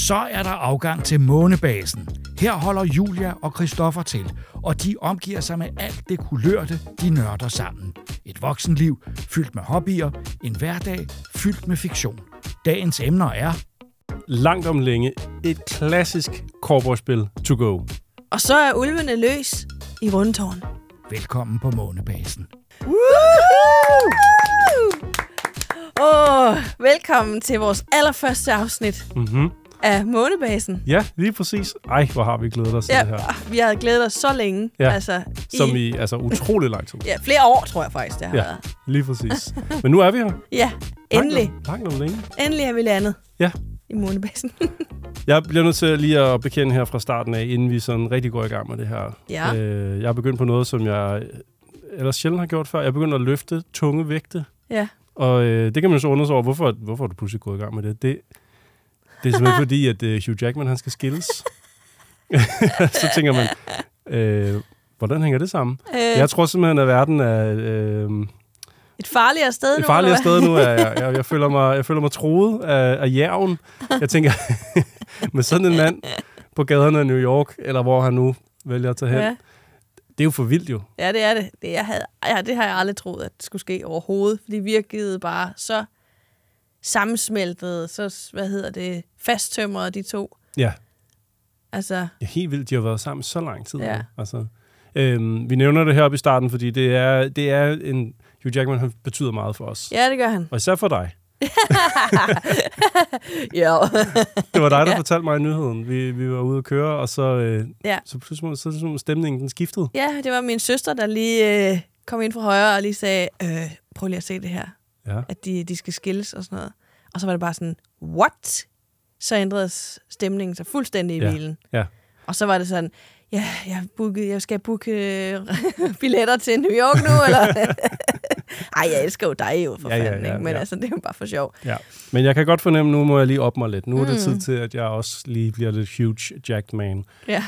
Så er der afgang til månebasen. Her holder Julia og Christoffer til, og de omgiver sig med alt det kulørte, de nørder sammen. Et voksenliv fyldt med hobbyer, en hverdag fyldt med fiktion. Dagens emner er... Langt om længe et klassisk cowboyspil to go. Og så er ulvene løs i Rundetårn. Velkommen på månebasen. Velkommen til vores allerførste afsnit af Månebasen. Ja, lige præcis. Ej, hvor har vi glædet os til det her. Vi har glædet os så længe. Ja, som i utrolig lang tid. Ja, flere år, tror jeg faktisk, det har været. Lige præcis. Men nu er vi her. Ja, endelig. Langt om længe. Endelig er vi landet. Ja. I Månebasen. Jeg bliver nødt til lige at bekende her fra starten af, inden vi sådan rigtig går i gang med det her. Ja. Jeg har begyndt på noget, som jeg ellers sjældent har gjort før. Jeg er begyndt at løfte tunge vægte. Ja. Og det kan man så undre sig over, hvorfor er du pludselig gået i gang med det. Det er simpelthen fordi, at Hugh Jackman, han skal skilles. Så tænker man, hvordan hænger det sammen? Jeg tror simpelthen, at verden er... Et farligere sted nu? Et farligere sted nu. Jeg føler mig truet af jærven. Jeg tænker, med sådan en mand på gaderne af New York, eller hvor han nu vælger at tage hen, det er jo for vildt jo. Ja, det er det. Det har jeg aldrig troet, at det skulle ske overhovedet. For de virkede bare så sammensmeltet, så, fasttømret, de to. Ja. Altså. Ja, helt vildt. De har været sammen så lang tid. Ja. Altså, vi nævner det her oppe i starten, fordi det er en... Hugh Jackman, han betyder meget for os. Ja, det gør han. Og især for dig. Ja. Det var dig, der fortalte mig nyheden. Vi var ude at køre, og så pludselig stemningen den skiftede. Ja, det var min søster, der lige kom ind fra højre og lige sagde, prøv lige at se det her. Ja. At de skal skilles og sådan noget. Og så var det bare sådan, what? Så ændrede stemningen sig fuldstændig i bilen. Ja. Og så var det sådan, ja, jeg skal booke billetter til New York nu, eller... Ej, jeg elsker jo dig jo, for fanden, ikke? Men altså, det er jo bare for sjov. Ja. Men jeg kan godt fornemme, nu må jeg lige op mig lidt. Nu er det tid til, at jeg også lige bliver lidt Hugh Jackman. Ja.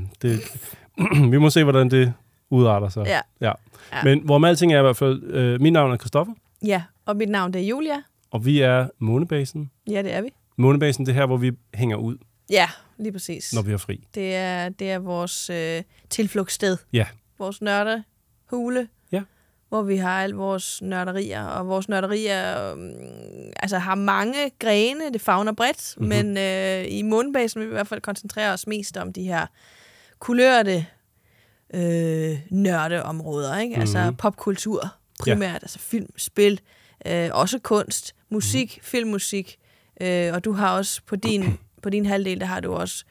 Vi må se, hvordan det udarter sig. Ja. Men hvorom alting er i hvert fald, mit navn er Christoffer. Ja, og mit navn det er Julia. Og vi er Månebasen. Ja, det er vi. Månebasen, det er her, hvor vi hænger ud. Ja, lige præcis. Når vi er fri. Det er vores tilflugtssted. Ja. Vores nørdehule. Ja. Hvor vi har alle vores nørderier. Og vores nørderier har mange grene, det favner bredt. Men i Månebasen vil vi i hvert fald koncentrere os mest om de her kulørte nørdeområder. Ikke? Altså popkultur primært. Altså film, spil, også kunst, musik, filmmusik. Og du har også på din halvdel, der har du også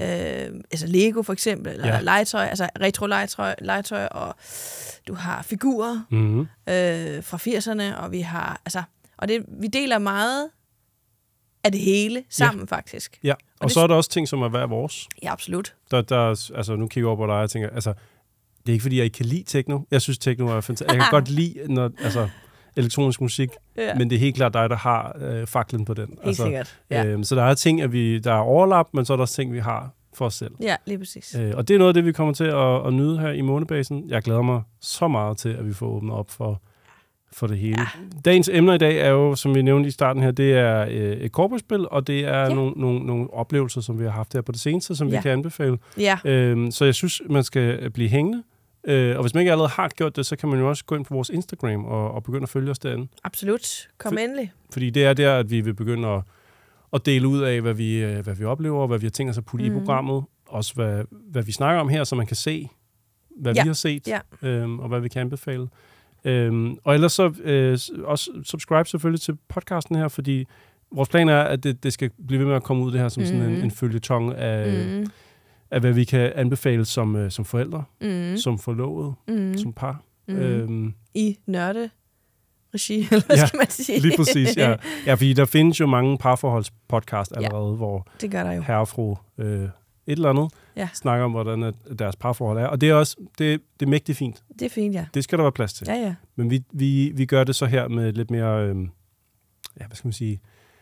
Lego for eksempel, eller legetøj, altså retro-legetøj, og du har figurer fra 80'erne, og vi har, vi deler meget af det hele sammen faktisk. Ja, og så er der også ting, som er hver vores. Ja, absolut. Der, nu kigger jeg over på dig, og jeg tænker, det er ikke fordi, jeg ikke kan lide techno. Jeg synes, techno er fantastisk. Jeg kan godt lide, elektronisk musik, men det er helt klart dig, der har faklen på den. Helt sikkert, ja. Så der er ting, der er overlap, men så er der også ting, vi har for os selv. Ja, lige præcis. Og det er noget af det, vi kommer til at nyde her i Månebasen. Jeg glæder mig så meget til, at vi får åbnet op for det hele. Ja. Dagens emner i dag er jo, som vi nævnte i starten her, det er et cowboyspil, og det er nogle oplevelser, som vi har haft her på det seneste, som vi kan anbefale. Ja. Så jeg synes, man skal blive hængende. Og hvis man ikke allerede har gjort det, så kan man jo også gå ind på vores Instagram og begynde at følge os derinde. Absolut. Kom endelig. Fordi det er der, at vi vil begynde at dele ud af, hvad vi oplever, hvad vi har tænkt os at putte i programmet. Også hvad vi snakker om her, så man kan se, hvad vi har set, og hvad vi kan anbefale. Og ellers så også subscribe selvfølgelig til podcasten her, fordi vores plan er, at det skal blive ved med at komme ud det her som sådan en føljeton af hvad vi kan anbefale som forældre, som forlovede, som par. I nørde-regi, eller hvad skal man sige? Lige præcis, ja. Ja, fordi der findes jo mange parforholdspodcast allerede, hvor det gør der jo. herre og fru et eller andet snakker om, hvordan deres parforhold er. Og det er også, det er mægtigt fint. Det er fint, ja. Det skal der være plads til. Ja, ja. Men vi gør det så her med lidt mere, hvad skal man sige,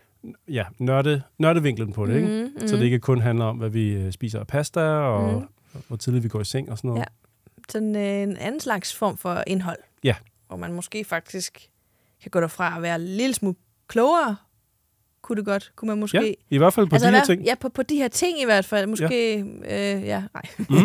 nørdevinklen på det, ikke? Så det ikke kun handler om, hvad vi spiser af pasta, og hvor tidligt vi går i seng og sådan noget. Ja. Sådan en anden slags form for indhold. Ja. Hvor man måske faktisk kan gå derfra og være en lille smule klogere, kunne man måske... Ja, i hvert fald på de her ting. Ja, på de her ting i hvert fald. Måske... nej.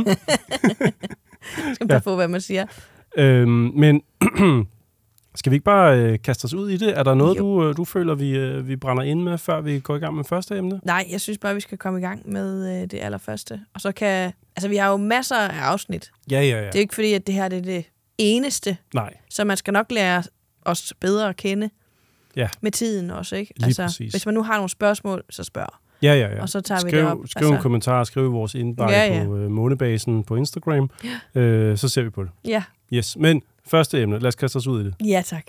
Skal man få, hvad man siger. Men skal vi ikke bare kaste os ud i det? Er der noget, du føler, vi brænder ind med, før vi går i gang med første emne? Nej, jeg synes bare, vi skal komme i gang med det allerførste. Og så kan... Altså, vi har jo masser af afsnit. Ja. Det er ikke fordi, at det her det er det eneste. Nej. Så man skal nok lære os bedre at kende. Ja. Med tiden også, ikke? Lige præcis. Hvis man nu har nogle spørgsmål, så spørg. Ja. Og så tager vi det op. Skriv en kommentar, skriv i vores indbakke på Månebasen på Instagram. Ja. Så ser vi på det. Ja. Yes, men første emne. Lad os kaste os ud i det. Ja, tak.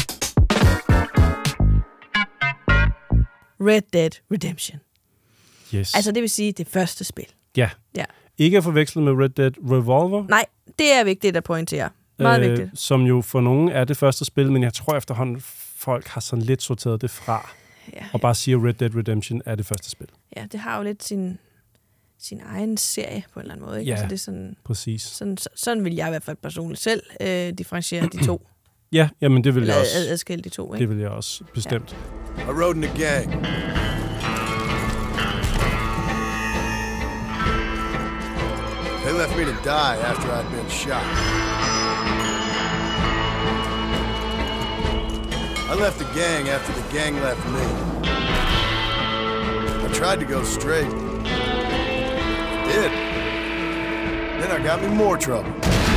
Red Dead Redemption. Yes. Altså, det vil sige det første spil. Ja. Ikke at forveksle med Red Dead Revolver. Nej, det er vigtigt at pointere. Meget vigtigt. Som jo for nogen er det første spil, men jeg tror efterhånden, folk har sådan lidt sorteret det fra. Ja. Og bare siger, Red Dead Redemption er det første spil. Ja, det har jo lidt sin egen serie på en eller anden måde. Ikke? Ja, altså, det er sådan, præcis. Sådan vil jeg i hvert fald personligt selv differentiere de to. Ja, jamen det vil jeg også. Adskille de to, ikke? Det vil jeg også, bestemt. Ja. I rode in the gang. They left me to die after I'd been shot. I left the gang after the gang left me. I tried to go straight. I did. Then I got me more trouble.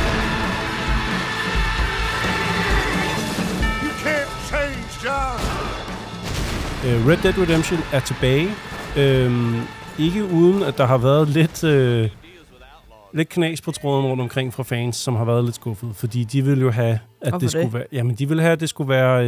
You can't change, John. Red Dead Redemption er tilbage. Ikke uden, at der har været lidt knas på tråden rundt omkring fra fans, som har været lidt skuffet, fordi de ville jo have, at det skulle være... Jamen, de ville have, at det skulle være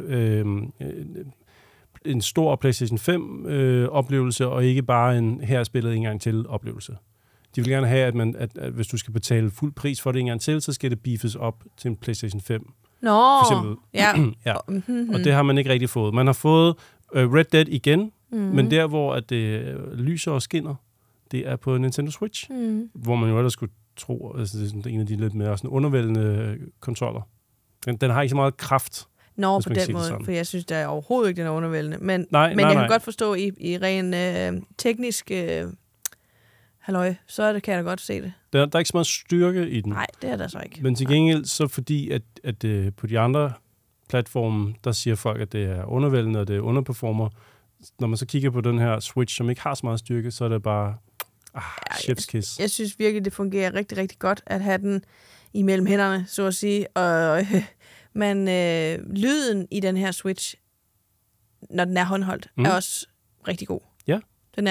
en stor PlayStation 5 oplevelse, og ikke bare en her spillet en gang til oplevelse. De vil gerne have, at hvis du skal betale fuld pris for det en gang til, så skal det beefes op til en PlayStation 5. Nå, for eksempel. ja. Og det har man ikke rigtig fået. Man har fået Red Dead igen, men der, hvor at det lyser og skinner, det er på Nintendo Switch, hvor man jo ellers skulle tro, altså det er sådan en af de lidt mere sådan undervældende konsoller. Den har ikke så meget kraft. Nå, på den måde, for jeg synes, der er overhovedet ikke den er undervældende. Men jeg kan godt forstå, i ren teknisk halløj, så kan jeg da godt se det. Der er ikke så meget styrke i den. Nej, det er der så ikke. Men til gengæld, så fordi, at på de andre platforme, der siger folk, at det er undervældende, og det er underperformer. Når man så kigger på den her Switch, som ikke har så meget styrke, så er det bare chef's kiss. Jeg synes virkelig, det fungerer rigtig, rigtig godt at have den imellem hænderne, så at sige. Og lyden i den her Switch, når den er håndholdt, er også rigtig god. Ja. Det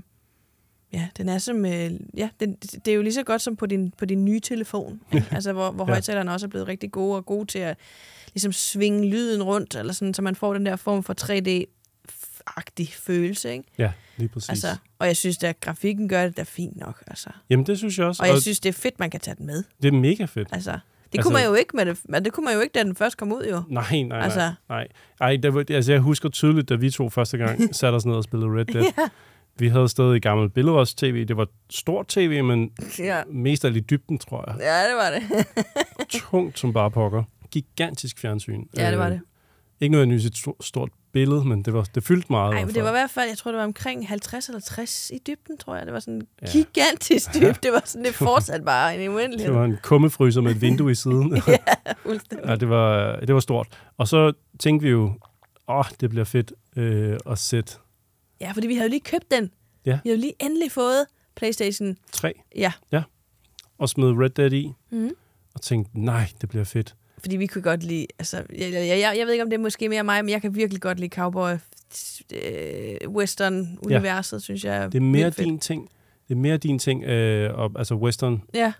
er jo lige så godt som på din nye telefon. Altså, hvor højtalerne også er blevet rigtig gode til at ligesom svinge lyden rundt, eller sådan, så man får den der form for 3D-agtig følelse, ikke? Ja, lige præcis. Altså, og jeg synes, at grafikken gør det da fint nok. Altså. Jamen, det synes jeg også. Og jeg synes, det er fedt, man kan tage den med. Det er mega fedt. Altså, kunne man jo ikke med det, men det kunne man jo ikke, da den først kom ud, jo. Nej. Jeg husker tydeligt, da vi to første gang satte os ned og spillede Red Dead. Ja. Vi havde stadig et gammelt Billederos-tv. Det var stort tv, men mest af i dybden, tror jeg. Ja, det var det. Tungt som bare pokker. Gigantisk fjernsyn. Ja, det var det. Ikke nødvendigvis et stort billede, men det fyldte meget. Nej, men det var i hvert fald, jeg tror, det var omkring 50 eller 60 i dybden, tror jeg. Det var sådan gigantisk dybt. Det var sådan, det fortsat bare en uendelighed. Det var en kummefryser med et vindue i siden. Ja, fuldstændig. Ja, det var stort. Og så tænkte vi jo, det bliver fedt at sætte. Ja, fordi vi havde jo lige købt den. Ja. Vi havde jo lige endelig fået PlayStation 3. Ja. Og smed Red Dead i. Og tænkte, nej, det bliver fedt. Fordi vi kunne godt lide, altså, jeg ved ikke, om det er måske mere mig, men jeg kan virkelig godt lide cowboy western-universet, synes jeg. Det er mere din ting. Det er mere din ting, altså western. Ja.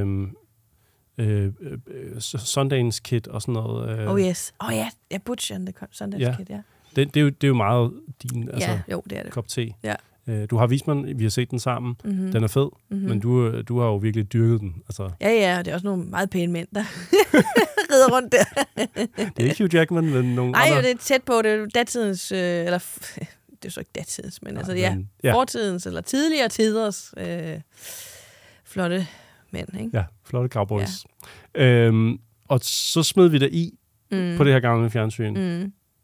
Sundance Kid og sådan noget. Yes. Ja, Butch and the Sundance Kid, ja. Det er jo meget din det er det. kop te. Ja. Du har vist mig, vi har set den sammen. Den er fed, men du har jo virkelig dyrket den. Altså. Ja, det er også nogle meget pæne mænd, der rider rundt der. Det er ikke Hugh Jackman, men nogle andre. Nej, det er tæt på, det er datidens, eller det er så ikke datidens, men fortidens eller tidligere tiders flotte mænd, ikke? Ja, flotte cowboys. Ja. Og så smed vi der på det her gamle fjernsyn.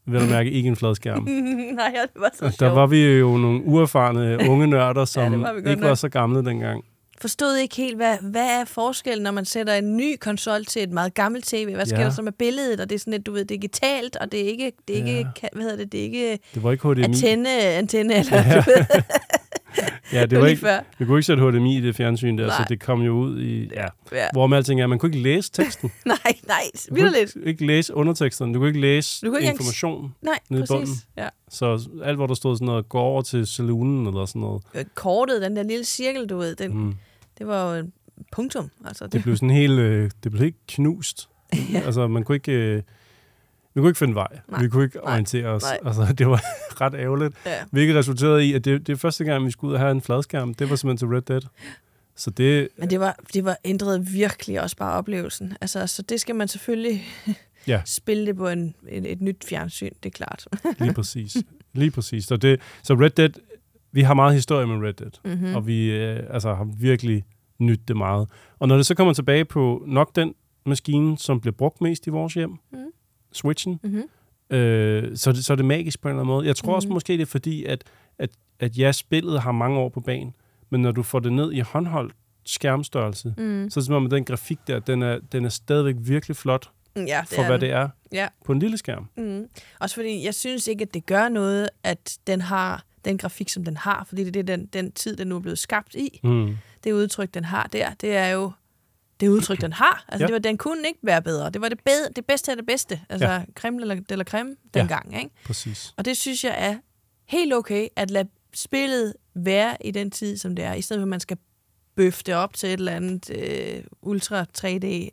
vel at mærke ikke en fladskærm. Nej, ja, det var så sjovt. Der var vi jo nogle uerfarne unge nørder, som ikke var så gamle dengang. Forstod ikke helt, hvad er forskellen, når man sætter en ny konsol til et meget gammelt tv? Hvad sker der så med billedet? Og det er sådan lidt, du ved, digitalt, og det er ikke, hvad hedder det, det er ikke... Det var ikke HDMI. Antenne, eller du ved. Ja, det var ikke... Vi kunne ikke sætte HDMI i det fjernsyn der, så det kom jo ud i... Ja. Hvor med alting er, man kunne ikke læse teksten. nej, vildt. Du kunne ikke læse underteksterne, du kunne ikke læse information nede i bunden. Ja. Så alt, hvor der stod sådan noget, går over til saloonen eller sådan noget. Kortet, den der lille cirkel, du ved, det var jo en punktum. Altså, det blev sådan helt... det blev helt knust. Ja. Altså, man kunne ikke... Vi kunne ikke finde vej. Nej. Vi kunne ikke orientere os. Altså, det var ret ærgerligt. Ja. Hvilket resulterede i, at det er første gang, vi skulle ud og have en fladskærm. Det var simpelthen til Red Dead. Så det... Men det var ændret virkelig også bare oplevelsen. Altså, så det skal man selvfølgelig spille det på et nyt fjernsyn, det er klart. Lige præcis. Så Red Dead, vi har meget historie med Red Dead. Og vi har virkelig nydt det meget. Og når det så kommer tilbage på nok den maskine, som bliver brugt mest i vores hjem, Switchen, så er det magisk på en eller anden måde. Jeg tror også måske, det er fordi, at spillet har mange år på banen, men når du får det ned i håndholdt skærmstørrelse, så er det som om, at den grafik der, den er stadigvæk virkelig flot for hvad det er på en lille skærm. Også fordi, jeg synes ikke, at det gør noget, at den har den grafik, som den har, fordi det er den tid, den nu er blevet skabt i. Det udtryk, den har der, det er jo det udtryk, den har. Altså, den kunne ikke være bedre. Det var det bedste af det bedste. Altså, creme eller creme dengang, ikke? Præcis. Og det synes jeg er helt okay, at lade spillet være i den tid, som det er, i stedet for, at man skal bøffe det op til et eller andet ultra 3D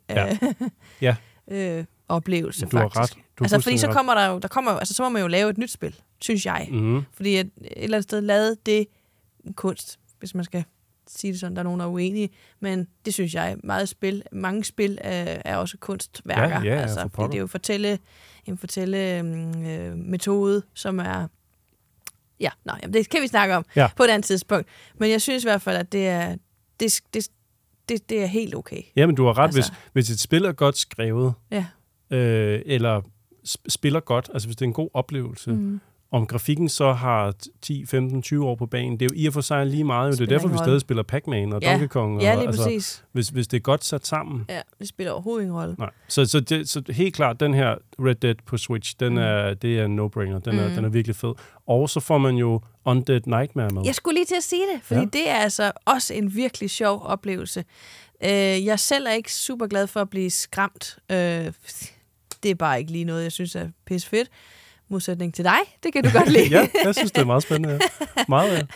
oplevelse, du har faktisk. Altså, fordi så kommer så må man jo lave et nyt spil, synes jeg. Fordi at et eller andet sted lavede det kunst, hvis man skal sige det sådan, der er nogen, der er uenige, men det synes jeg, mange spil er også kunstværker. Altså, fordi det er jo en fortællemetode, som er... det kan vi snakke om på et andet tidspunkt. Men jeg synes i hvert fald, at det er helt okay. Jamen, du har ret. Altså, hvis et spil er godt skrevet, eller spiller godt, altså hvis det er en god oplevelse, om grafikken så har 10, 15, 20 år på banen, det er jo i og for sig lige meget. Det er derfor, vi stadig spiller Pac-Man og Donkey Kong. Ja, lige præcis. Hvis det er godt sat sammen. Ja, det spiller overhovedet ingen rolle. Nej. Så helt klart, den her Red Dead på Switch, det er en no-brainer. Den er virkelig fed. Og så får man jo Undead Nightmare med. Jeg skulle lige til at sige det, fordi det er altså også en virkelig sjov oplevelse. Jeg selv er ikke super glad for at blive skræmt. Det er bare ikke lige noget, jeg synes er pisse fedt. Modsætning til dig. Det kan du godt lide. Ja, jeg synes, det er meget spændende. Meget,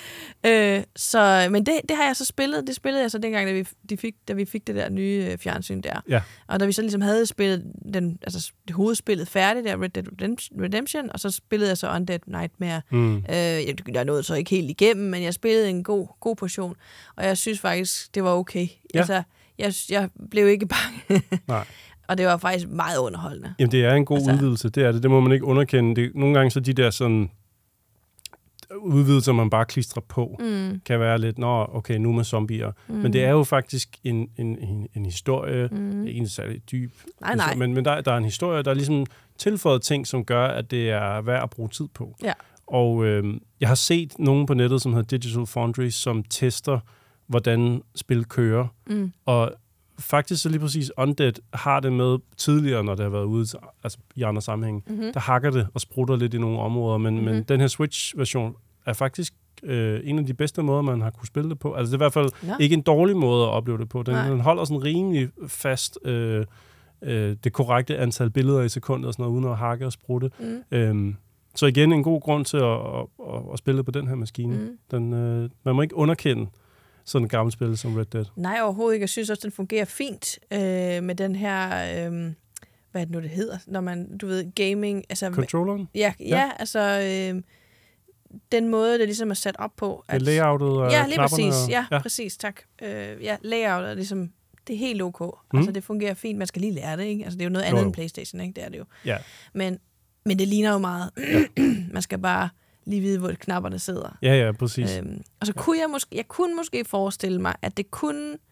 men det har jeg så spillet. Det spillede jeg så dengang, da vi fik det der nye fjernsyn der. Ja. Og da vi så ligesom havde spillet det hovedspillet færdigt, der Red Dead Redemption, og så spillede jeg så Undead Nightmare. Jeg nåede så ikke helt igennem, men jeg spillede en god portion, og jeg synes faktisk, det var okay. Ja. Altså, jeg blev ikke bange. Nej. Og det var faktisk meget underholdende. Jamen, det er en god udvidelse, det er det. Det må man ikke underkende. Nogle gange så de der sådan udvidelser, man bare klistrer på, kan være lidt, okay, nu med zombier. Men det er jo faktisk en historie, ikke særlig dyb. Nej. Men der er en historie, der er ligesom tilføjet ting, som gør, at det er værd at bruge tid på. Ja. Og jeg har set nogen på nettet, som hedder Digital Foundry, som tester, hvordan spil kører. Og faktisk så lige præcis Undead har det med tidligere, når det har været ude i andre sammenhæng. Der hakker det og sprutter lidt i nogle områder, men den her Switch-version er faktisk en af de bedste måder, man har kunne spille det på. Altså det er i hvert fald ikke en dårlig måde at opleve det på. Den holder sådan rimelig fast det korrekte antal billeder i sekunder og sådan noget, uden at hakke og sprutte. Så igen en god grund til at spille på den her maskine. Man må ikke underkende sådan et gammelt spil som Red Dead. Nej, overhovedet ikke. Jeg synes også, den fungerer fint med den her, hvad er det nu, det hedder, når man, du ved, gaming... Altså, controlleren? Ja, altså den måde, det ligesom er sat op på. At, layoutet og ja, lige præcis. Præcis, tak. Layoutet er ligesom, det er helt ok. Altså, det fungerer fint. Man skal lige lære det, ikke? Altså, det er jo noget andet end PlayStation, ikke? Det er det jo. Ja. Men det ligner jo meget. Man skal bare lige vide, hvor knapperne sidder. Ja, præcis. Og så kunne jeg kunne måske forestille mig, at det kunne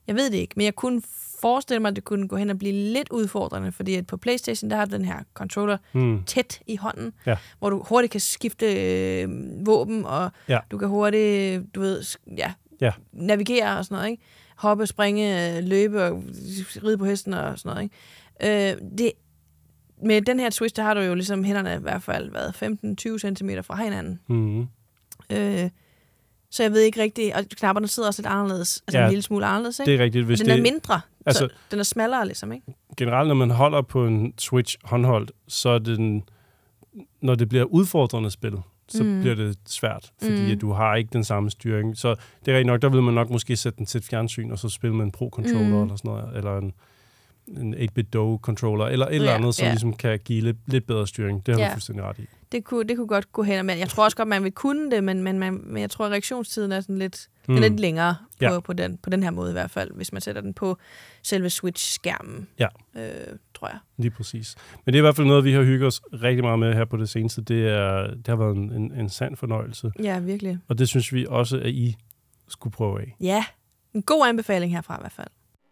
Jeg ved det ikke, men jeg kunne forestille mig, at det kunne gå hen og blive lidt udfordrende, fordi at på PlayStation, der har du den her controller tæt i hånden, hvor du hurtigt kan skifte våben, og du kan hurtigt, du ved, navigere og sådan noget, ikke? Hoppe, springe, løbe og ride på hesten og sådan noget, ikke? Med den her Switch, der har du jo ligesom hænderne i hvert fald været 15-20 cm fra hinanden. Mm-hmm. Så jeg ved ikke rigtigt, og knapperne sidder også lidt anderledes, altså en lille smule anderledes, ikke? Det er rigtigt. Hvis den er mindre, så den er smallere ligesom, ikke? Generelt, når man holder på en Switch håndholdt, så er det når det bliver udfordrende spil, så bliver det svært, fordi at du har ikke den samme styring. Så det er rigtig nok, der vil man nok måske sætte den til et fjernsyn, og så spille med en Pro-controller eller sådan noget, eller en 8-bit DOE-controller, eller et eller andet, som ligesom kan give lidt bedre styring. Det har du fuldstændig ret i. Det kunne godt gå hen, men jeg tror også godt, man vil kunne det, men jeg tror, at reaktionstiden er sådan lidt, lidt længere på den her måde i hvert fald, hvis man sætter den på selve Switch-skærmen, tror jeg. Lige præcis. Men det er i hvert fald noget, vi har hygget os rigtig meget med her på det seneste. Det har været en sand fornøjelse. Ja, virkelig. Og det synes vi også, at I skulle prøve af. Ja, en god anbefaling herfra i hvert fald.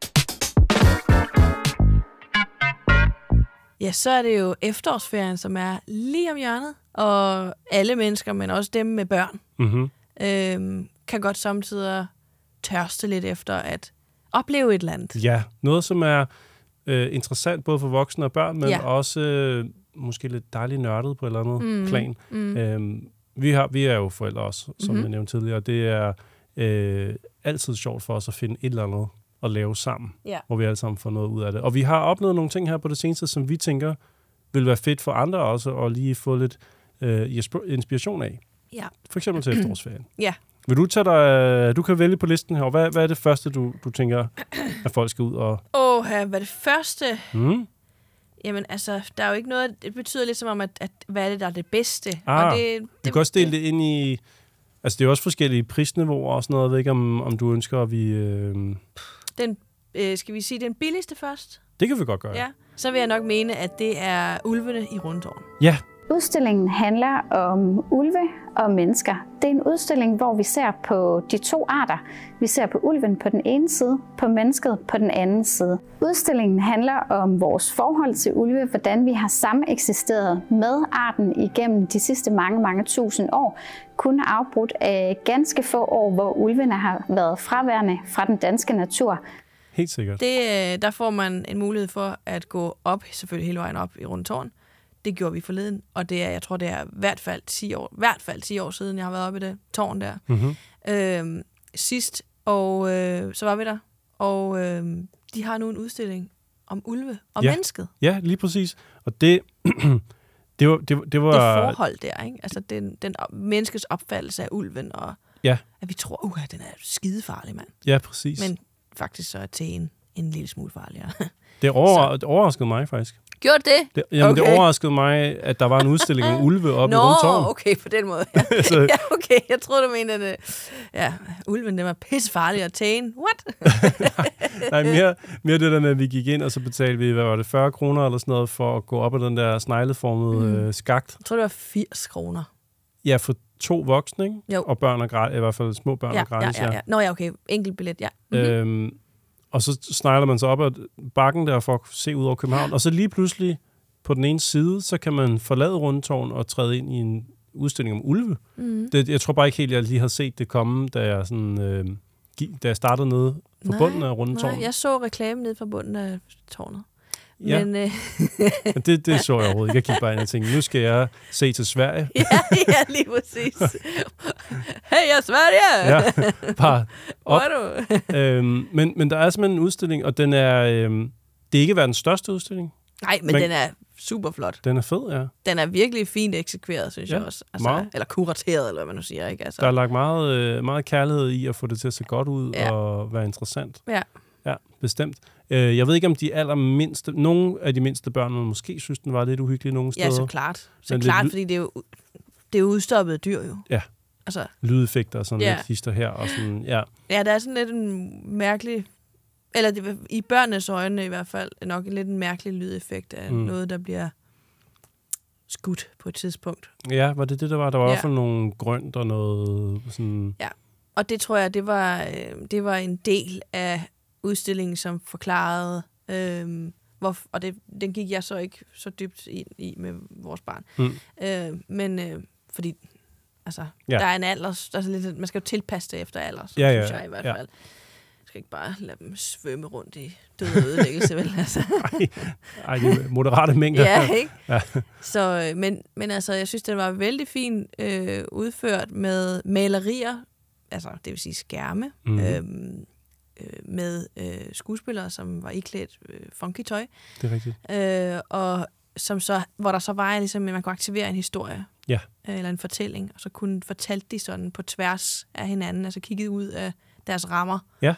Ja, så er det jo efterårsferien, som er lige om hjørnet, og alle mennesker, men også dem med børn, kan godt samtidig tørste lidt efter at opleve et eller andet. Ja, noget som er interessant både for voksne og børn, men også måske lidt dejligt nørdet på et eller andet plan. Vi er jo forældre også, som jeg nævnte tidligere, og det er altid sjovt for os at finde et eller andet at lave sammen, hvor vi alle sammen får noget ud af det. Og vi har opnået nogle ting her på det seneste, som vi tænker vil være fedt for andre også, og lige få lidt inspiration af. Ja. For eksempel til efterårsferien. Ja. Vil du tage dig, du kan vælge på listen her, hvad er det første, du tænker, at folk skal ud og... hvad er det første? Jamen altså, der er jo ikke noget, det betyder lidt som om, at hvad er det, der er det bedste? Og vi kan også dele det ind i... Altså, det er også forskellige prisniveauer og sådan noget. Jeg ved ikke, om du ønsker, at vi... Skal vi sige den billigste først? Det kan vi godt gøre. Ja. Så vil jeg nok mene, at det er Ulvene i Rundetårn. Ja. Udstillingen handler om ulve og mennesker. Det er en udstilling, hvor vi ser på de to arter. Vi ser på ulven på den ene side, på mennesket på den anden side. Udstillingen handler om vores forhold til ulve, hvordan vi har sameksisteret med arten igennem de sidste mange tusind år. Kun afbrudt af ganske få år, hvor ulvene har været fraværende fra den danske natur. Helt sikkert. Der får man en mulighed for at gå op, selvfølgelig hele vejen op i Rundetårn. Det gjorde vi forleden, og jeg tror, det er i hvert fald 10 år siden, jeg har været oppe i det tårn der. Sidst, og så var vi der. Og de har nu en udstilling om ulve og mennesket. Ja, lige præcis. Og det var... Det forhold der, ikke? Altså den menneskets opfattelse af ulven, og at vi tror, den er skidefarlig, mand. Ja, præcis. Men faktisk så er tæen en lille smule farligere. Det overraskede mig faktisk. Gjorde det? Det overraskede mig, at der var en udstilling om ulve oppe i Rundetårn. Nå, okay, på den måde. Ja, okay, jeg troede, du mente, at ulven, den var pissefarlig, og tæen, what? Nej, mere det der med, at vi gik ind, og så betalte vi, hvad var det, 40 kroner eller sådan noget, for at gå op ad den der snegleformede skakt. Jeg tror, det var 80 kroner. Ja, for 2 voksne, ikke? Jo. Og børn og i hvert fald små børn og gratis. Ja. Nå ja, okay, enkelt billet, ja. Og så snegler man så op ad bakken der for at se ud over København. Og så lige pludselig på den ene side, så kan man forlade Rundetårn og træde ind i en udstilling om ulve. Jeg tror bare ikke helt, jeg lige har set det komme, da jeg startede nede fra bunden af Rundetårn. Nej, jeg så reklamen nede fra bunden af tårnet. Ja. Men det så jeg overhovedet ikke. Jeg kiggede bare ind og tænkte, nu skal jeg se til Sverige. ja, lige præcis. Hey, jeg er Sverige! Ja, bare op. Men der er simpelthen en udstilling, og den er... det er ikke verdens største udstilling. Nej, men den er super flot. Den er fed, ja. Den er virkelig fint eksekveret, synes jeg også. Altså, eller kurateret, eller hvad man nu siger. Ikke? Altså. Der er lagt meget kærlighed i at få det til at se godt ud og være interessant. Ja, bestemt. Jeg ved ikke, om de allermindste... Nogle af de mindste børn måske synes, den var lidt uhyggelig nogle steder. Ja, så klart. Fordi det er jo udstoppede dyr jo. Ja. Altså, lydeffekter og sådan lidt hister her. Og sådan, ja, der er sådan lidt en mærkelig... Eller i børnenes øjne i hvert fald, nok lidt en mærkelig lydeffekt af noget, der bliver skudt på et tidspunkt. Ja, var det der var? Der var i hvert fald nogle grønt og noget sådan... Ja, og det tror jeg, det var en del af udstilling, som forklarede, og den gik jeg så ikke så dybt ind i med vores barn. Men fordi altså, der er en alder, der er lidt, man skal jo tilpasse det efter alder, synes jeg i hvert fald. Jeg skal ikke bare lade dem svømme rundt i død og ødelæggelse, vel? Altså. Ej, det er moderate mængder. Ja, ikke? Ja. Så, men altså, jeg synes, det var vældig fint udført med malerier, altså det vil sige skærme, med skuespillere, som var iklædt funky tøj. Det er rigtigt. Og som så, hvor der så var ligesom, at man kunne aktivere en historie. Ja. Eller en fortælling, og så kunne fortalte de sådan på tværs af hinanden, altså kigget ud af deres rammer. Ja.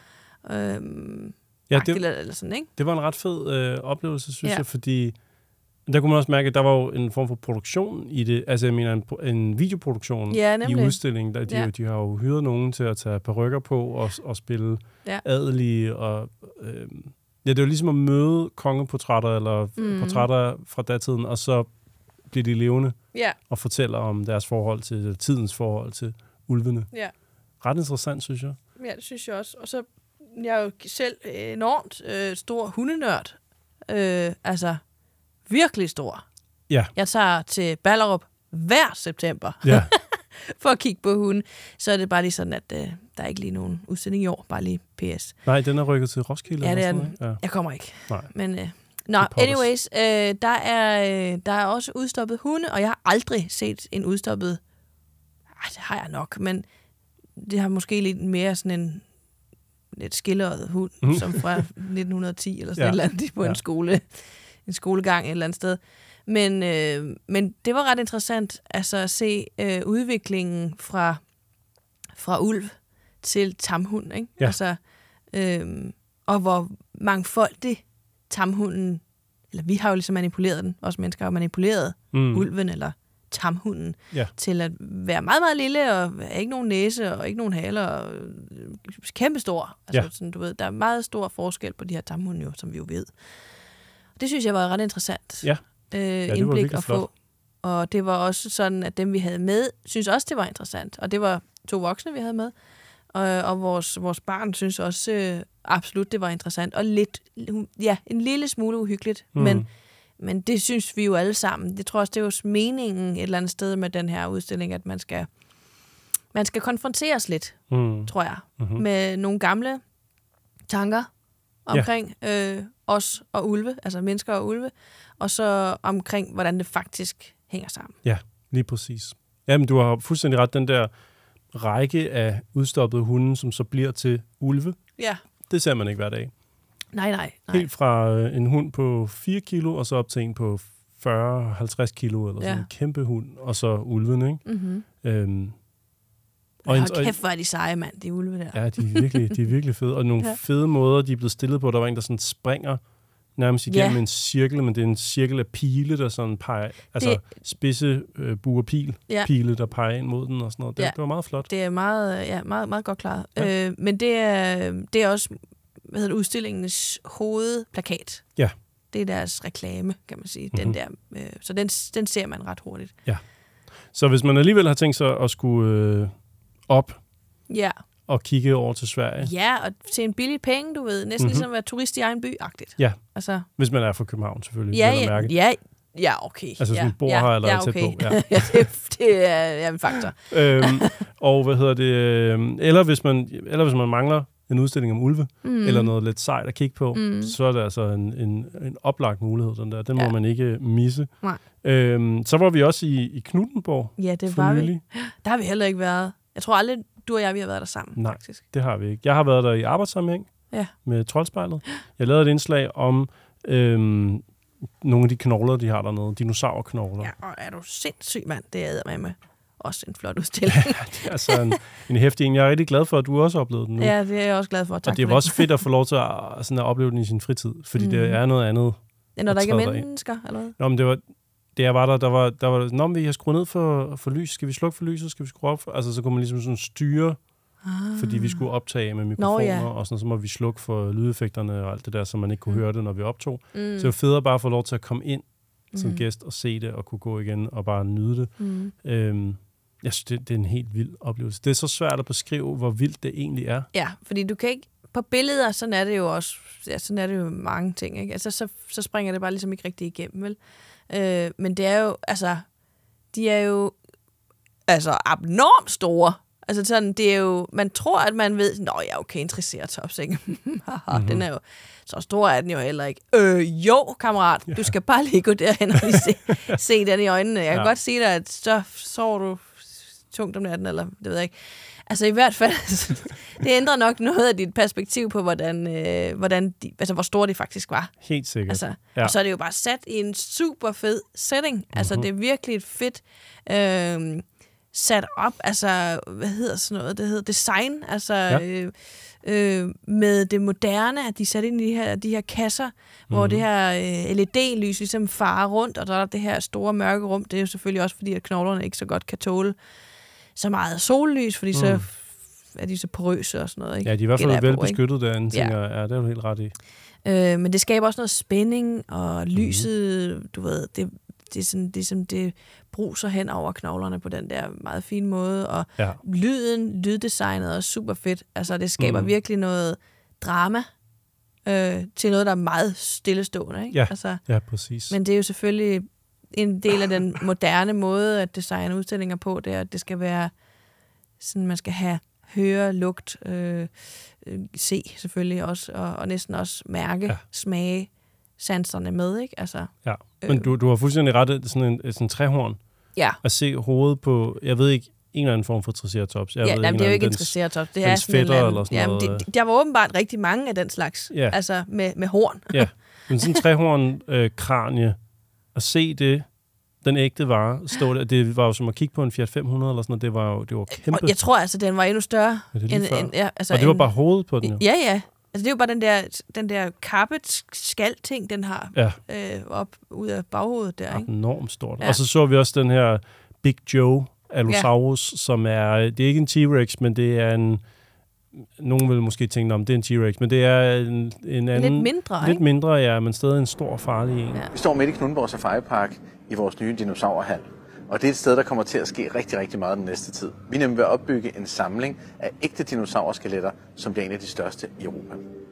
Eller sådan, ikke? Det var en ret fed oplevelse, synes jeg, fordi der kunne man også mærke, at der var jo en form for produktion i det. Altså, jeg mener, en videoproduktion i udstillingen. De har jo hyret nogen til at tage perukker på og spille adelige. Og, det er jo ligesom at møde kongeportrætter eller portrætter fra datiden, og så bliver de levende og fortæller om deres forhold til tidens forhold til ulvene. Ja. Ret interessant, synes jeg. Ja, det synes jeg også. Og så jeg er jo selv enormt stor hundenørd. Altså, virkelig stor. Ja. Jeg tager til Ballerup hver september for at kigge på hunden. Så er det bare lige sådan, at der er ikke lige nogen udstilling i år. Bare lige PS. Nej, den er rykket til Roskilde. Ja, det er den. Ja. Jeg kommer ikke. Nej. Men, anyways, der er også udstoppet hunde, og jeg har aldrig set en udstoppet... det har jeg nok, men det har måske lidt mere sådan en lidt skilleret hund, som fra 1910 eller sådan et eller andet på en skolegang et eller andet sted. Men det var ret interessant altså at se udviklingen fra ulv til tamhund, ikke? Ja. Altså, og hvor mangfoldig tamhunden, eller vi har jo ligesom manipuleret den, også mennesker har manipuleret ulven eller tamhunden til at være meget, meget lille og ikke nogen næse og ikke nogen haler og kæmpestor. Altså, sådan, du ved, der er meget stor forskel på de her tamhunde jo, som vi jo ved. Det synes jeg var ret interessant indblik at få. Flot. Og det var også sådan, at dem vi havde med, synes også, det var interessant. Og det var 2 voksne, vi havde med. Og vores barn synes også absolut, det var interessant. Og lidt, en lille smule uhyggeligt, men det synes vi jo alle sammen. Jeg tror også, det er jo meningen et eller andet sted med den her udstilling, at man skal konfronteres lidt, tror jeg, med nogle gamle tanker omkring os og ulve, altså mennesker og ulve, og så omkring, hvordan det faktisk hænger sammen. Ja, lige præcis. Jamen, du har fuldstændig ret. Den der række af udstoppede hunde, som så bliver til ulve, det ser man ikke hver dag. Nej. Helt fra en hund på 4 kilo, og så op til en på 40-50 kilo, eller sådan en kæmpe hund, og så ulven, ikke? Mm-hmm. Og kæft, hvor er de seje, mand, de ulve der. Ja, de er virkelig fede. Og nogle fede måder, de er blevet stillet på. Der var en, der sådan springer nærmest igennem en cirkel, men det er en cirkel af pile, der sådan peger, altså spidse pile, der peger ind mod den og sådan noget. Det var meget flot. Det er meget, meget, meget godt klaret. Ja. Men det er også udstillingens hovedplakat. Ja. Det er deres reklame, kan man sige. Den der, så den ser man ret hurtigt. Ja. Så hvis man alligevel har tænkt sig at skulle op og kigge over til Sverige. Ja, og til en billig penge, du ved. Næsten ligesom at være turist i egen by-agtigt. Ja, altså, hvis man er fra København selvfølgelig. Ja, okay. Altså sådan bor her eller er tæt på. Ja, det er en faktor. Og hvad hedder det? Eller hvis man mangler en udstilling om ulve, eller noget lidt sejt at kigge på, så er det altså en oplagt mulighed, den der. Den må man ikke misse. Nej. Så var vi også i Knuthenborg. Ja, det var vi. Der har vi heller ikke været. Jeg tror aldrig, du og jeg, vi har været der sammen, faktisk. Det har vi ikke. Jeg har været der i arbejdssammenhæng med Troldspejlet. Jeg lavede et indslag om nogle af de knogler, de har dernede. Dinosaurknogler. Ja, og er du sindssyg, mand? Det er med også en flot udstilling. Ja, det er altså en hæftig en. Jeg er rigtig glad for, at du også oplevede den nu. Ja, det er jeg også glad for. Tak og det var også fedt at få lov til at opleve den i sin fritid, fordi det er noget andet. Når der ikke er mennesker, eller hvad? Nå, men det jeg var der var når vi har skruet ned for lys, skal vi slukke for lyset, skal vi skrue op for, altså så kunne man ligesom sådan styre, fordi vi skulle optage med mikrofoner, og sådan, så må vi slukke for lydeffekterne og alt det der, så man ikke kunne høre det, når vi optog. Så det var federe bare at få lov til at komme ind som gæst og se det, og kunne gå igen og bare nyde det. Jeg synes, det er en helt vild oplevelse. Det er så svært at beskrive, hvor vildt det egentlig er. Ja, fordi du kan ikke på billeder, sådan er det jo også, sådan er det jo mange ting, ikke? Altså, så springer det bare ligesom ikke rigtig igennem, vel? Men det er jo, altså, de er jo, altså, abnormt store. Altså sådan, det er jo, man tror, at man ved, okay, en triceratops, ikke? Den er jo, så stor er den jo heller ikke. Jo, kammerat, du skal bare lige gå derhen og lige se den i øjnene. Jeg kan godt sige dig, at så sover du tungt om natten, eller det ved jeg ikke. Altså i hvert fald, det ændrer nok noget af dit perspektiv på, hvor store de faktisk var. Helt sikkert. Altså, og så er det jo bare sat i en super fed setting. Altså det er virkelig et fedt sat op, altså, hvad hedder sådan noget? Det hedder design, altså med det moderne, at de sat ind i de her kasser, hvor det her LED-lys ligesom farer rundt, og der er det her store mørke rum. Det er jo selvfølgelig også, fordi at knoglerne ikke så godt kan tåle så meget sollys, fordi så er de så porøse og sådan noget. Ikke? Ja, de er i hvert fald velbeskyttet derinde, tænker jeg. Ja, det er du helt ret i. Men det skaber også noget spænding, og lyset, du ved, det bruser hen over knoglerne på den der meget fine måde, og lyddesignet er super fedt. Altså, det skaber virkelig noget drama til noget, der er meget stillestående. Ikke? Ja, præcis. Men det er jo selvfølgelig en del af den moderne måde at designe udstillinger på, det er, at det skal være sådan, man skal høre, lugt, se selvfølgelig også, og næsten også mærke, smage sanserne med, ikke? Altså, men du har fuldstændig ret, sådan en træhorn. Ja. At se hovedet på, jeg ved ikke, en eller anden form for triceratops. Det er jo ikke en triceratops. Det er sådan fætter eller sådan noget. Der var åbenbart rigtig mange af den slags, altså med horn. Ja, men sådan en træhorn kranie, at se det, den ægte vare, stå der, det var jo som at kigge på en Fiat 500 eller sådan noget, det var kæmpe. Jeg tror altså, den var endnu større. Og det var bare hovedet på den jo. Ja. Altså, det er jo bare den der kappet skal-ting, den har op ud af baghovedet der, ikke? Enormt stort. Ja. Og så vi også den her Big Joe Allosaurus, som er, det er ikke en T-Rex, men det er en, nogen vil måske tænke, om det er en T-Rex, men det er en anden. Lidt mindre, Lidt mindre, ja, men stadig en stor, farlig en. Ja. Vi står midt i Knuthenborg Safari Park i vores nye dinosaurhal. Og det er et sted, der kommer til at ske rigtig, rigtig meget den næste tid. Vi er nemlig ved at opbygge en samling af ægte dinosaurskeletter, som bliver en af de største i Europa.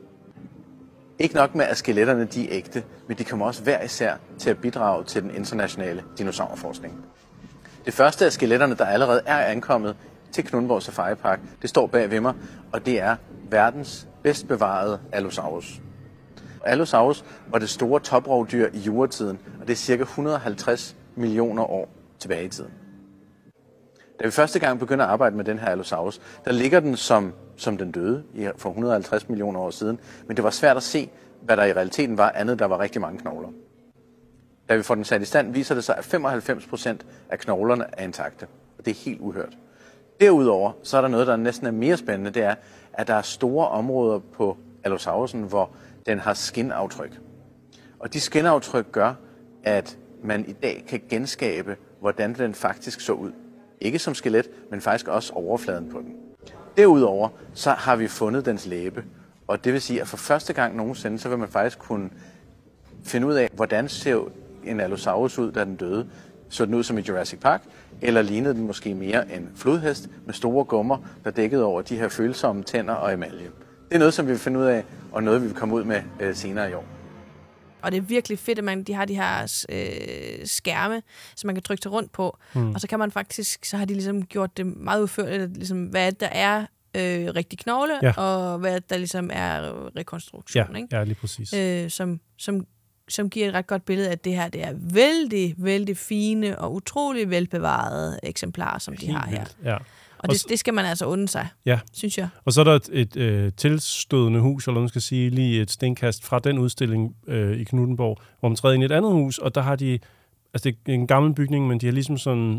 Ikke nok med, at skeletterne de er ægte, men de kommer også hver især til at bidrage til den internationale dinosaurforskning. Det første af skeletterne, der allerede er ankommet til Knuthenborg Safari Park, det står bag ved mig, og det er verdens bedst bevarede Allosaurus. Allosaurus var det store toprovdyr i juratiden, og det er cirka 150 millioner år tilbage i tiden. Da vi første gang begynder at arbejde med den her Allosaurus, der ligger den som den døde for 150 millioner år siden, men det var svært at se, hvad der i realiteten var andet, der var rigtig mange knogler. Da vi får den sat i stand, viser det sig, at 95% af knoglerne er intakte, og det er helt uhørt. Derudover så er der noget, der næsten er mere spændende, det er, at der er store områder på Allosaurusen, hvor den har skinaftryk. Og de skinaftryk gør, at man i dag kan genskabe, hvordan den faktisk så ud. Ikke som skelet, men faktisk også overfladen på den. Derudover så har vi fundet dens læbe, og det vil sige, at for første gang nogensinde, så vil man faktisk kunne finde ud af, hvordan ser en Allosaurus ud, da den døde. Så den ud som i Jurassic Park, eller lignede den måske mere en flodhest med store gummer, der dækkede over de her følsomme tænder og emalje. Det er noget, som vi vil finde ud af, og noget, vi vil komme ud med senere i år. Og det er virkelig fedt, at de har de her skærme, som man kan trykke sig rundt på. Og så kan man faktisk, så har de ligesom gjort det meget udførligt, ligesom, hvad der er rigtig knogle, og hvad der ligesom er rekonstruktion. Ikke? Ja, lige præcis. Som giver et ret godt billede af, at det her det er vældig, vældig fine og utrolig velbevarede eksemplarer, som de har her. Ja. Og det skal man altså unde sig, synes jeg. Og så er der et tilstødende hus, eller man skal sige, lige et stenkast fra den udstilling i Knuthenborg, hvor man træder ind i et andet hus, og der har de, altså det er en gammel bygning, men de har ligesom sådan,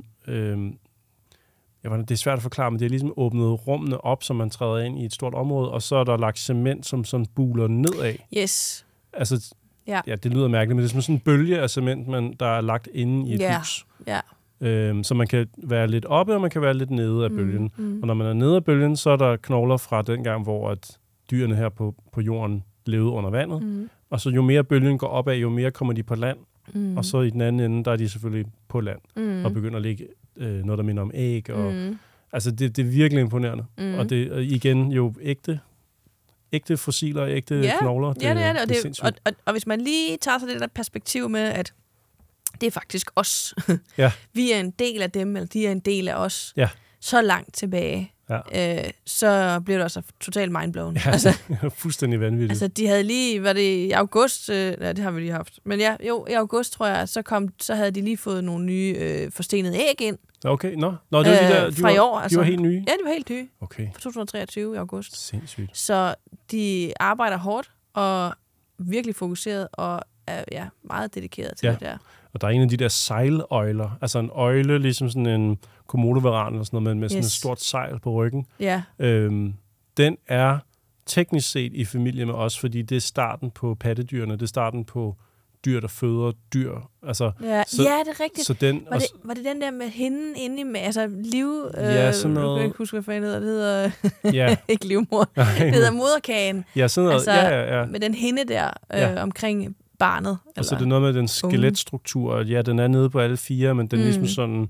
det er svært at forklare, men de har ligesom åbnet rummene op, så man træder ind i et stort område, og så er der lagt cement, som sådan buler nedad. Yes. Altså, det lyder mærkeligt, men det er sådan en bølge af cement, der er lagt inde i et hus. Ja. Så man kan være lidt oppe, og man kan være lidt nede af bølgen. Og når man er nede af bølgen, så er der knogler fra den gang, hvor at dyrene her på jorden levede under vandet. Og så jo mere bølgen går opad, jo mere kommer de på land. Og så i den anden ende, der er de selvfølgelig på land og begynder at lægge noget, der minder om æg. Og, altså det er virkelig imponerende. Og det igen jo ægte ægte fossiler, ægte knogler. Det er det. Og hvis man lige tager sig det der perspektiv med, at det er faktisk os. Ja. Vi er en del af dem, eller de er en del af os. Ja. Så langt tilbage. Ja. Så blev det også totalt mindblown. Ja, altså, fuldstændig vanvittigt. Altså, de havde lige, var det i august? Ja, det har vi lige haft. Men ja, i august, tror jeg, så havde de lige fået nogle nye forstenede æg ind. Okay, nå. Det var de der, fra i år. De var helt nye? Ja, de var helt nye. Okay. For 2023 i august. Sindssygt. Så de arbejder hårdt og virkelig fokuseret og er meget dedikeret til det der. Og der er en af de der sejløjler. Altså en øjle, ligesom sådan en komodovaran eller sådan noget, med sådan et stort sejl på ryggen. Ja. Den er teknisk set i familie med os, fordi det er starten på pattedyrene. Det er starten på dyr, der føder dyr. Altså, det er rigtigt. Så den, var det den der med hinden inde i med, altså liv... sådan noget... Jeg kan ikke huske, hvad fanden hedder. Det hedder ikke livmor. Det hedder moderkagen. Ja, sådan noget. Altså, med den hinde der omkring barnet. Og så det er noget med den skeletstruktur. Ja, den er nede på alle fire, men den ligesom sådan...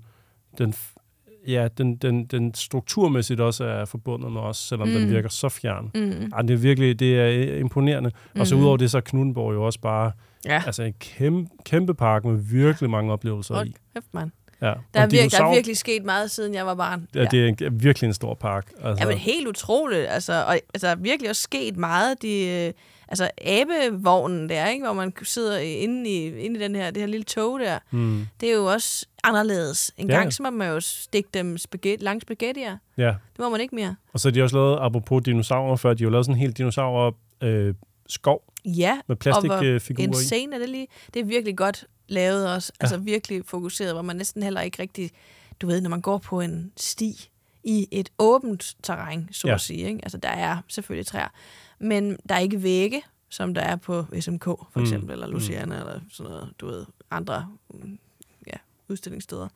Den strukturmæssigt også er forbundet med os, selvom den virker så fjern. Det er imponerende. Og så udover det, så er Knuthenborg jo også bare altså en kæmpe park med virkelig mange oplevelser i. Kæft, mand. Ja. Der er virkelig sket meget, siden jeg var barn. Ja, det er virkelig en stor park. Altså. Ja, men helt utroligt. Og virkelig også sket meget. Abevognen der, ikke, hvor man sidder inde i det her lille tog der, det er jo også anderledes. En gang så må man jo stikke dem lange spaghettier. Ja. Det må man ikke mere. Og så har de også lavet, apropos dinosaurer før, de har jo lavet sådan en helt dinosaur-skov med plastikfigurer i. Insane er det lige. Det er virkelig godt lavet også. Altså virkelig fokuseret, hvor man næsten heller ikke rigtig, du ved, når man går på en sti i et åbent terræn, så at sige. Ikke? Altså der er selvfølgelig træer, men der er ikke vægge, som der er på SMK for eksempel, eller Luciana, eller sådan noget, du ved, andre udstillingssteder.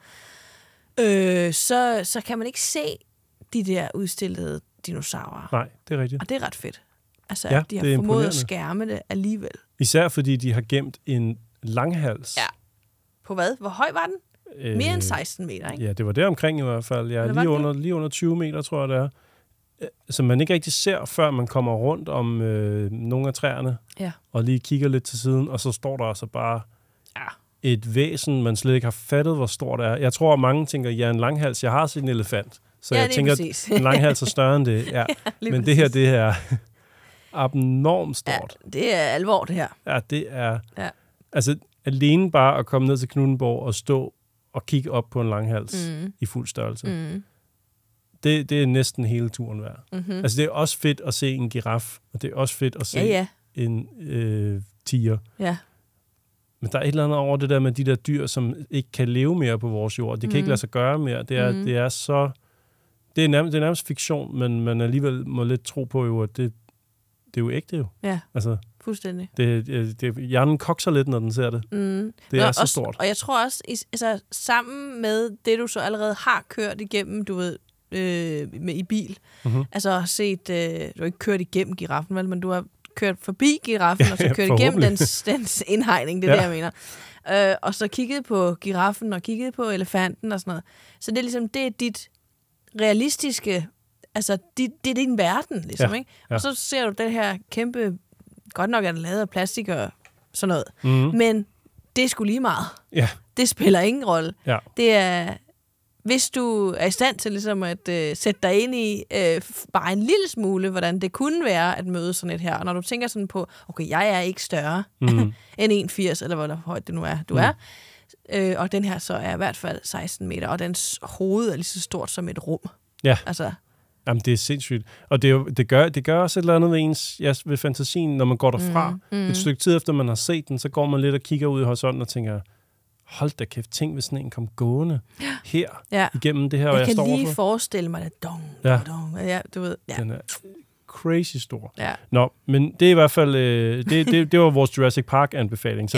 Så kan man ikke se de der udstillede dinosaurer. Nej, det er rigtigt. Og det er ret fedt. Altså, de har formået at skærme det alligevel. Især fordi de har gemt en langhals. Ja. På hvad? Hvor høj var den? Mere end 16 meter, ikke? Ja, det var der omkring i hvert fald. Ja, lige under 20 meter, tror jeg, det er. Som man ikke rigtig ser, før man kommer rundt om nogle af træerne, og lige kigger lidt til siden, og så står der altså bare et væsen, man slet ikke har fattet, hvor stort det er. Jeg tror, at mange tænker, en langhals, jeg har set en elefant. Så jeg tænker, at en langhals er større end det. Ja. Men det her er abnormt stort. Ja, det er alvor, det her. Ja, det er... Ja. Altså, alene bare at komme ned til Knuthenborg og stå og kigge op på en langhals i fuld størrelse. Det er næsten hele turen værd. Altså, det er også fedt at se en giraf, og det er også fedt at se en tiger. Ja. Men der er et eller andet over det der med de der dyr, som ikke kan leve mere på vores jord. Det kan ikke lade sig gøre mere. Det er så... Det er nærmest fiktion, men man alligevel må lidt tro på, jo, at det er jo ægte jo. Ja, altså, fuldstændig. Hjernen kokser lidt, når den ser det. Det er så stort. Og jeg tror også, sammen med det, du så allerede har kørt igennem, du ved, i bil. Altså har set, du har ikke kørt igennem giraffen, vel, men du har kørt forbi giraffen, og så kørt igennem dens indhegning, det er det, jeg mener. Og så kigget på giraffen, og kigget på elefanten og sådan noget. Så det er ligesom, det er dit realistiske, altså det er din verden, ligesom, ikke? Og så ser du det her kæmpe, godt nok er det lavet af plastik og sådan noget, men det er sgu lige meget. Ja. Det spiller ingen rolle. Ja. Det er, hvis du er i stand til ligesom at sætte dig ind i bare en lille smule, hvordan det kunne være at møde sådan et her, og når du tænker sådan på, okay, jeg er ikke større end 1,80, eller hvor højt det nu er, du er, og den her så er i hvert fald 16 meter, og dens hoved er lige så stort som et rum. Ja. Altså. Jamen, det er sindssygt. Og det gør også et eller andet ved fantasien, når man går derfra. Et stykke tid efter, man har set den, så går man lidt og kigger ud i horisonten og tænker, hold da kæft, tænk, hvis sådan en kom gående her igennem det her, jeg står overfor. Jeg kan lige forestille mig det. Dong. Ja, du ved. Ja. Den er crazy stor. Ja. Nå, men det er i hvert fald, det var vores Jurassic Park-anbefaling. Så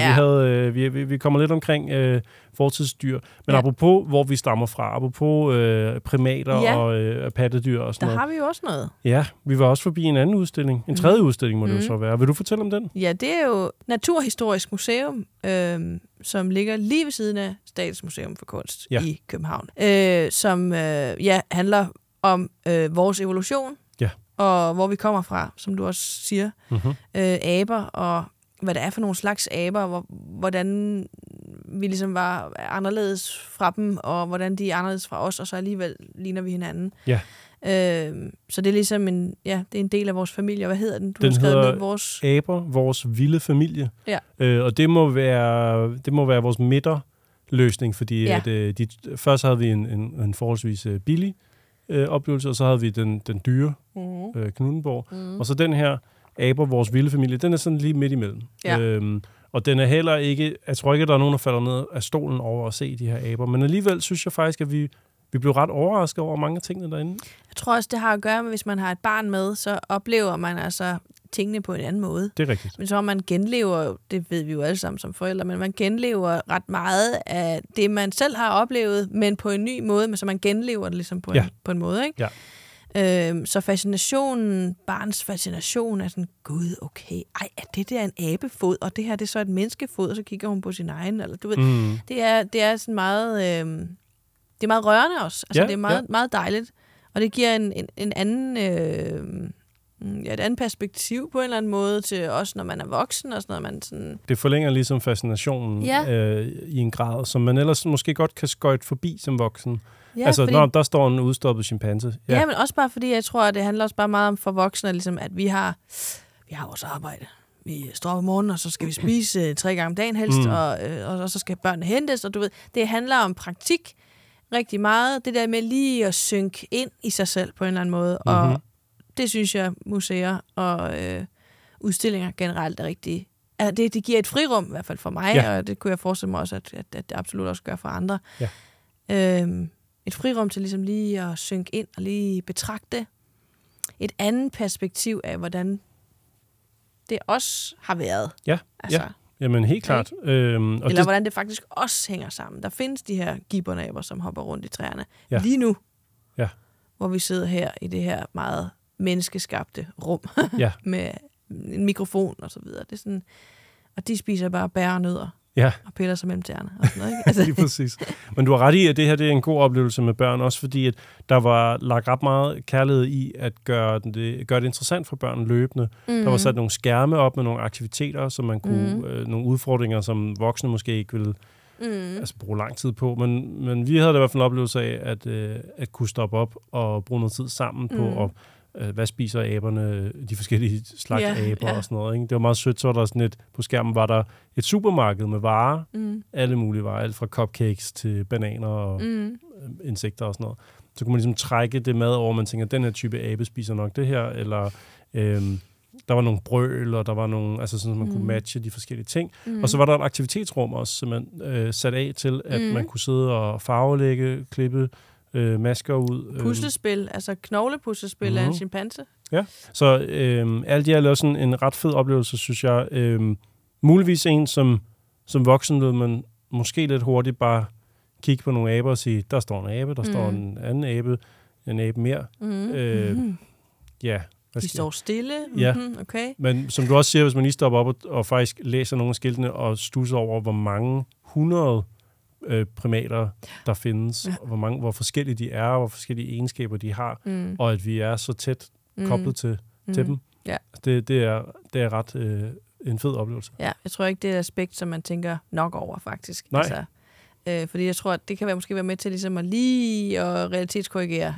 vi kommer lidt omkring fortidsdyr. Men apropos, hvor vi stammer fra, apropos primater og pattedyr og sådan noget. Der har vi jo også noget. Ja, vi var også forbi en anden udstilling. En tredje udstilling må det jo så være. Vil du fortælle om den? Ja, det er jo Naturhistorisk Museum, som ligger lige ved siden af Statens Museum for Kunst i København. Som handler om vores evolution. Ja. og hvor vi kommer fra, som du også siger. Aber, og hvad det er for nogle slags aber, hvordan vi ligesom var anderledes fra dem, og hvordan de er anderledes fra os, og så alligevel ligner vi hinanden. Ja. Så det er ligesom det er en del af vores familie. Hvad hedder den? Den hedder vores Aber, vores vilde familie. Ja. Og det må være vores midterløsning, fordi at, først havde vi en forholdsvis billig oplevelse, og så havde vi den dyre Knuthenborg. Og så den her Aber, vores vilde familie, den er sådan lige midt imellem. Ja. Og den er heller ikke, jeg tror ikke, at der er nogen, der falder ned af stolen over at se de her aber, men alligevel synes jeg faktisk, at vi blev ret overrasket over mange af tingene derinde. Jeg tror også, det har at gøre med, hvis man har et barn med, så oplever man altså tingene på en anden måde. Det er rigtigt. Men så man genlever, det ved vi jo alle sammen som forældre, men man genlever ret meget af det, man selv har oplevet, men på en ny måde, men så man genlever det ligesom på en måde, ikke? Ja. Så barns fascination er sådan, gud, okay, er det der en abefod, og det her det er så et menneskefod, og så kigger hun på sin egen, eller du ved, det er sådan meget, det er meget rørende også, altså det er meget, meget dejligt, og det giver en anden, et andet perspektiv på en eller anden måde til os, når man er voksen og sådan noget, man sådan. Det forlænger ligesom fascinationen i en grad, som man ellers måske godt kan skøjte forbi som voksen. Ja, altså, fordi der står en udstoppet chimpanse. Ja, men også bare fordi, jeg tror, at det handler også bare meget om for voksne, ligesom, at vi har vores arbejde. Vi står op om morgenen, og så skal vi spise 3 gange om dagen helst, og så skal børnene hentes, og du ved, det handler om praktik rigtig meget. Det der med lige at synke ind i sig selv på en eller anden måde, og det synes jeg, museer og udstillinger generelt er rigtig. Altså, det giver et frirum, i hvert fald for mig, og det kunne jeg forestille mig også, at det absolut også gør for andre. Ja. Et frirum til ligesom lige at synke ind og lige betragte et andet perspektiv af, hvordan det også har været. Ja, altså, jamen helt klart. Eller hvordan det faktisk også hænger sammen. Der findes de her gibbernaber, som hopper rundt i træerne. Lige nu, hvor vi sidder her i det her meget menneskeskabte rum med en mikrofon og så videre. Det er sådan, og de spiser bare bær og nødder. Ja. Og piller sig mellem tæerne. Og sådan noget, ikke? Altså. Lige præcis. Men du har ret i, at det her det er en god oplevelse med børn, også fordi at der var lagt ret meget kærlighed i at gøre det interessant for børn løbende. Der var sat nogle skærme op med nogle aktiviteter, som man kunne, nogle udfordringer, som voksne måske ikke ville bruge lang tid på. Men vi havde da i hvert fald en oplevelse af at kunne stoppe op og bruge noget tid sammen på hvad spiser aberne, de forskellige slags aber og sådan noget. Ikke? Det var meget sødt, så var der sådan på skærmen var der et supermarked med varer, alle mulige varer, alt fra cupcakes til bananer og insekter og sådan noget. Så kunne man ligesom trække det mad over, man tænker, den her type abe spiser nok det her, eller der var nogle brøl, og der var nogle, altså sådan, man kunne matche de forskellige ting. Og så var der et aktivitetsrum også, som man sat af til, at man kunne sidde og farvelægge, klippe, masker ud. Puslespil, altså knoglepuslespil af en chimpanse. Ja, så alt i alt er sådan en ret fed oplevelse, synes jeg. Muligvis en, som voksen ved man måske lidt hurtigt bare kigge på nogle aber og sige, der står en abe, der står en anden abe, en abe mere. De står stille. Okay. Men som du også siger, hvis man lige stopper op og faktisk læser nogle af skiltene og stusser over, hvor mange 100 primater, der findes, og hvor forskellige de er, og hvor forskellige egenskaber de har, og at vi er så tæt koblet til dem. Ja. Det er ret en fed oplevelse. Ja, jeg tror ikke, det er et aspekt, som man tænker nok over, faktisk. Nej. Altså, fordi jeg tror, at det kan måske være med til ligesom at lige at realitetskorrigere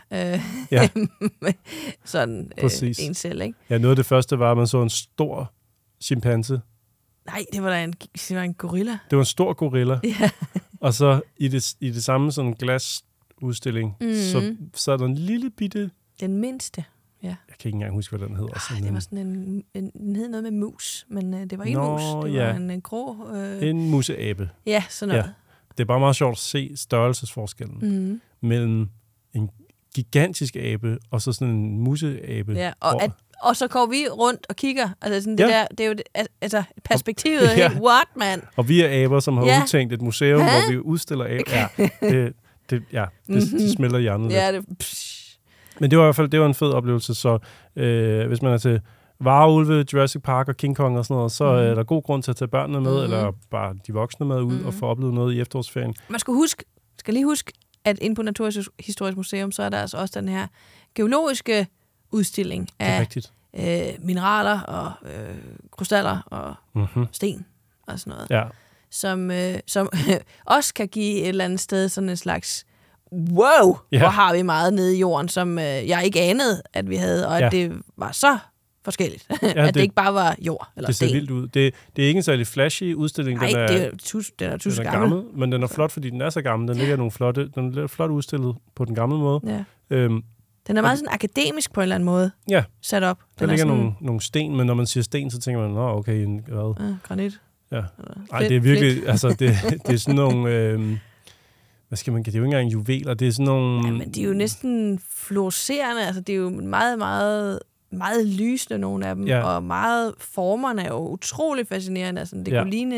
sådan en selv, ikke? Ja, noget af det første var, at man så en stor chimpanse. Nej, det var en gorilla. Det var en stor gorilla. Ja. Og så i det samme sådan glasudstilling, så er der en lille bitte. Den mindste, ja. Jeg kan ikke engang huske, hvad den hedder. Det var sådan den hed noget med mus, men det var ikke en mus. Det var en grå. En museabe. Ja, sådan noget. Ja. Det er bare meget sjovt at se størrelsesforskellen mellem en gigantisk abe og så sådan en museabe. Ja, og så går vi rundt og kigger. Altså sådan det der, det er jo altså perspektivet. What, man? Og vi er aber, som har udtænkt et museum, hvor vi udstiller aber. Det smelter hjernen lidt. Men det var i hvert fald en fed oplevelse, så hvis man er til Varulve, Jurassic Park og King Kong og sådan noget, så er der god grund til at tage børnene med, eller bare de voksne med ud og få oplevet noget i efterårsferien. Man skal lige huske, at inde på Naturhistorisk Museum, så er der altså også den her geologiske udstilling af mineraler og krystaller og sten og sådan noget. Ja. Som også kan give et eller andet sted sådan en slags wow, hvor har vi meget nede i jorden, som jeg ikke anede, at vi havde, og at det var så forskelligt. At det ikke bare var jord eller sten. Det ser vildt ud. Det er ikke en særlig flashy udstilling. Nej, den er tusind gammel. Men den er flot, fordi den er så gammel. Den ligger den er flot udstillet på den gamle måde. Ja. Den er meget sådan akademisk på en eller anden måde sat op. Der ligger nogle sten, men når man siger sten, så tænker man, okay, hvad? Granit. Ja. Nej, det er virkelig, altså det er sådan nogle... hvad skal man give? Det er jo ikke engang juveler, det er sådan nogle... Ja, men de er jo næsten fluorescerende, altså det er jo meget, meget, meget lysende, nogle af dem, og meget formerne er jo utrolig fascinerende, altså det kunne ligne...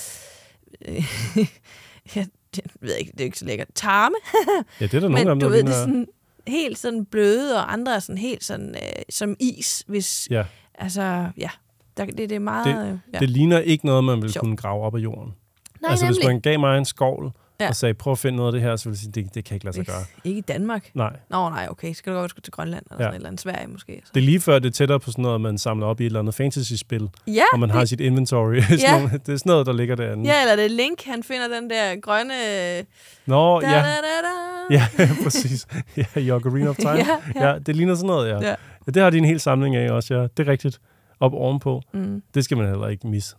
jeg ved ikke, det er ikke så lækkert. Tarme? Ja, det er der nogle af dem, men du ved, det er sådan helt sådan bløde, og andre er sådan helt sådan som is, hvis... Ja. Altså, ja. Det er meget... Det ligner ikke noget, man ville kunne grave op af jorden. Nej, altså, nemlig. Hvis man gav mig en skovl, og sagde, prøv at finde noget af det her, så ville jeg sige, det kan ikke lade sig gøre. Ikke i Danmark? Nej. Nej, okay. Skal du godt skulle til Grønland, eller sådan et eller andet Sverige måske. Så. Det er lige før, det er tættere på sådan noget, man samler op i et eller andet fantasy-spil, og man har sit inventory. Det er sådan noget, der ligger derinde. Ja, eller det er Link, han finder den der grønne... Nå, ja, præcis. Ja, i Ocarina of Time. Ja, det ligner sådan noget, ja. Det har de en hel samling af også, ja. Det er rigtigt. Op ovenpå. Det skal man heller ikke misse.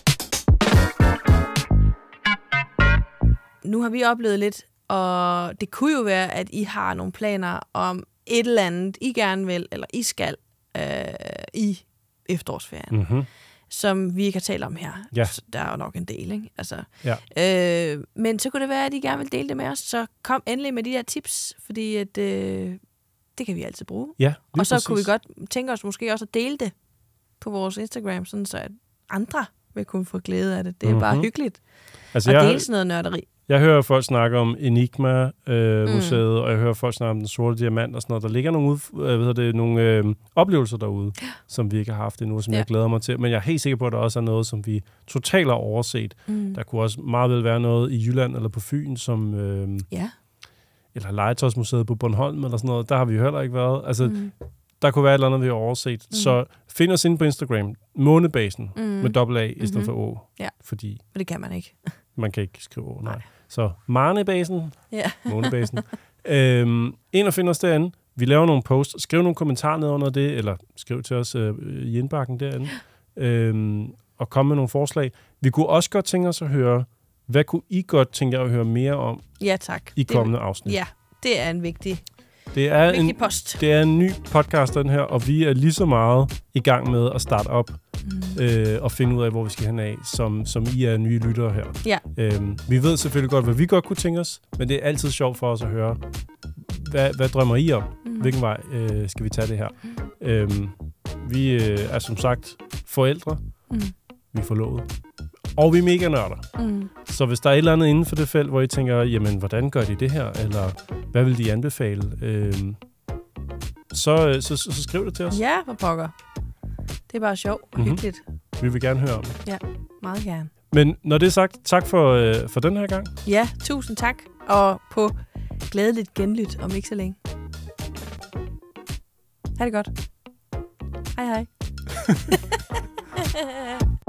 Nu har vi oplevet lidt, og det kunne jo være, at I har nogle planer om et eller andet, I gerne vil, eller I skal i efterårsferien, som vi ikke har talt om her. Ja. Så der er jo nok en del, ikke? Altså, ja. Men så kunne det være, at I gerne vil dele det med os, så kom endelig med de der tips, fordi at, det kan vi altid bruge. Ja, og så kunne vi godt tænke os måske også at dele det på vores Instagram, sådan så at andre vil kunne få glæde af det. Det er bare hyggeligt at dele sådan noget nørderi. Jeg hører folk snakke om Enigma-museet, og jeg hører folk snakke om Den Sorte Diamant og sådan noget. Der ligger nogle oplevelser derude, som vi ikke har haft endnu, som jeg glæder mig til. Men jeg er helt sikker på, at der også er noget, som vi totalt har overset. Der kunne også meget vel være noget i Jylland eller på Fyn, som... eller Legetøjsmuseet på Bornholm eller sådan noget. Der har vi jo heller ikke været. Altså, der kunne være et eller andet, vi har overset. Så find os inde på Instagram. Månebasen med dobbelt A i stedet for Å. Ja, fordi men det kan man ikke. Man kan ikke skrive Å, nej. Så Marnebasen, Månebasen. Ind og find os derinde. Vi laver nogle posts. Skriv nogle kommentarer ned under det, eller skriv til os i indbakken derinde. Og kom med nogle forslag. Vi kunne også godt tænke os at høre, hvad kunne I godt tænke jer at høre mere om i kommende afsnit? Ja, det er en vigtig post. Det er en ny podcast, den her, og vi er lige så meget i gang med at starte op og finde ud af, hvor vi skal hen af, som I er nye lyttere her. Ja. Vi ved selvfølgelig godt, hvad vi godt kunne tænke os, men det er altid sjovt for os at høre, hvad drømmer I om? Hvilken vej skal vi tage det her? Vi er som sagt forældre. Vi er forlovet. Og vi er mega nørder. Så hvis der er et eller andet inden for det felt, hvor I tænker, jamen, hvordan gør de det her? Eller hvad vil de anbefale? Så skriv det til os. Ja, for pokker. Det er bare sjovt og hyggeligt. Vi vil gerne høre om det. Ja, meget gerne. Men når det er sagt, tak for den her gang. Ja, tusind tak. Og på glædeligt genlyt om ikke så længe. Ha' det godt. Hej hej.